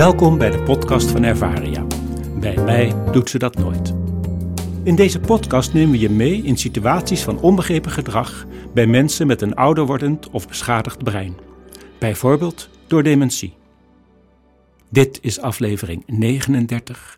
Welkom bij de podcast van Ervaria. Bij mij doet ze dat nooit. In deze podcast nemen we je mee in situaties van onbegrepen gedrag bij mensen met een ouder wordend of beschadigd brein. Bijvoorbeeld door dementie. Dit is aflevering 39.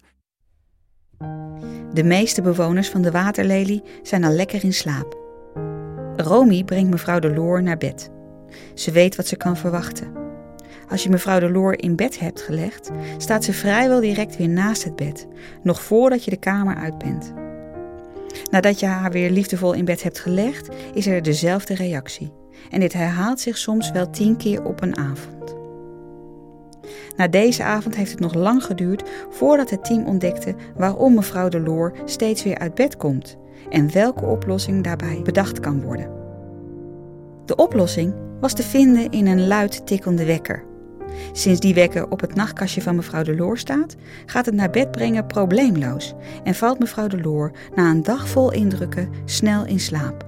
De meeste bewoners van de waterlelie zijn al lekker in slaap. Romy brengt mevrouw de Loor naar bed. Ze weet wat ze kan verwachten. Als je mevrouw de Loor in bed hebt gelegd, staat ze vrijwel direct weer naast het bed, nog voordat je de kamer uit bent. Nadat je haar weer liefdevol in bed hebt gelegd, is er dezelfde reactie. En dit herhaalt zich soms wel 10 keer op een avond. Na deze avond heeft het nog lang geduurd voordat het team ontdekte waarom mevrouw de Loor steeds weer uit bed komt en welke oplossing daarbij bedacht kan worden. De oplossing was te vinden in een luid tikkende wekker. Sinds die wekker op het nachtkastje van mevrouw de Loor staat, gaat het naar bed brengen probleemloos en valt mevrouw de Loor na een dag vol indrukken snel in slaap.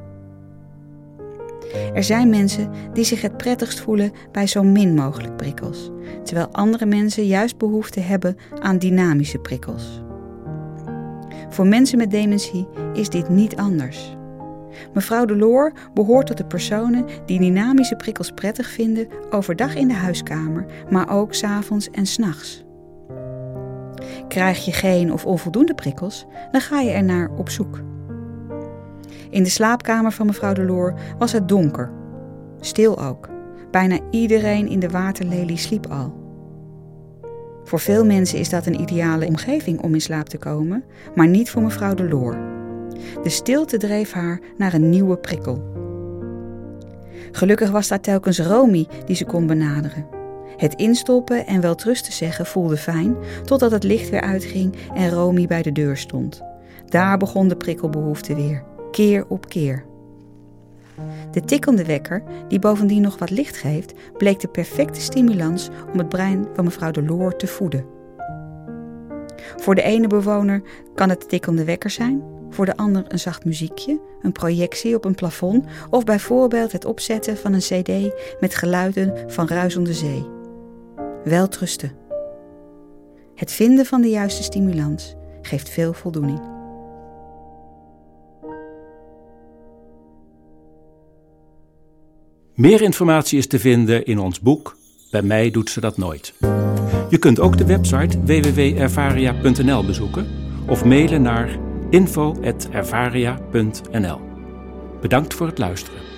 Er zijn mensen die zich het prettigst voelen bij zo min mogelijk prikkels, terwijl andere mensen juist behoefte hebben aan dynamische prikkels. Voor mensen met dementie is dit niet anders. Mevrouw de Loor behoort tot de personen die dynamische prikkels prettig vinden overdag in de huiskamer, maar ook 's avonds en 's nachts. Krijg je geen of onvoldoende prikkels, dan ga je er naar op zoek. In de slaapkamer van mevrouw de Loor was het donker. Stil ook. Bijna iedereen in de waterlelie sliep al. Voor veel mensen is dat een ideale omgeving om in slaap te komen, maar niet voor mevrouw de Loor. De stilte dreef haar naar een nieuwe prikkel. Gelukkig was daar telkens Romy die ze kon benaderen. Het instoppen en welterusten zeggen voelde fijn, totdat het licht weer uitging en Romy bij de deur stond. Daar begon de prikkelbehoefte weer, keer op keer. De tikkende wekker, die bovendien nog wat licht geeft, bleek de perfecte stimulans om het brein van mevrouw de Loor te voeden. Voor de ene bewoner kan het de tikkende wekker zijn, voor de ander een zacht muziekje, een projectie op een plafond of bijvoorbeeld het opzetten van een cd met geluiden van ruisende zee. Welterusten. Het vinden van de juiste stimulans geeft veel voldoening. Meer informatie is te vinden in ons boek Bij mij doet ze dat nooit. Je kunt ook de website www.ervaria.nl bezoeken of mailen naar info@ervaria.nl. Bedankt voor het luisteren.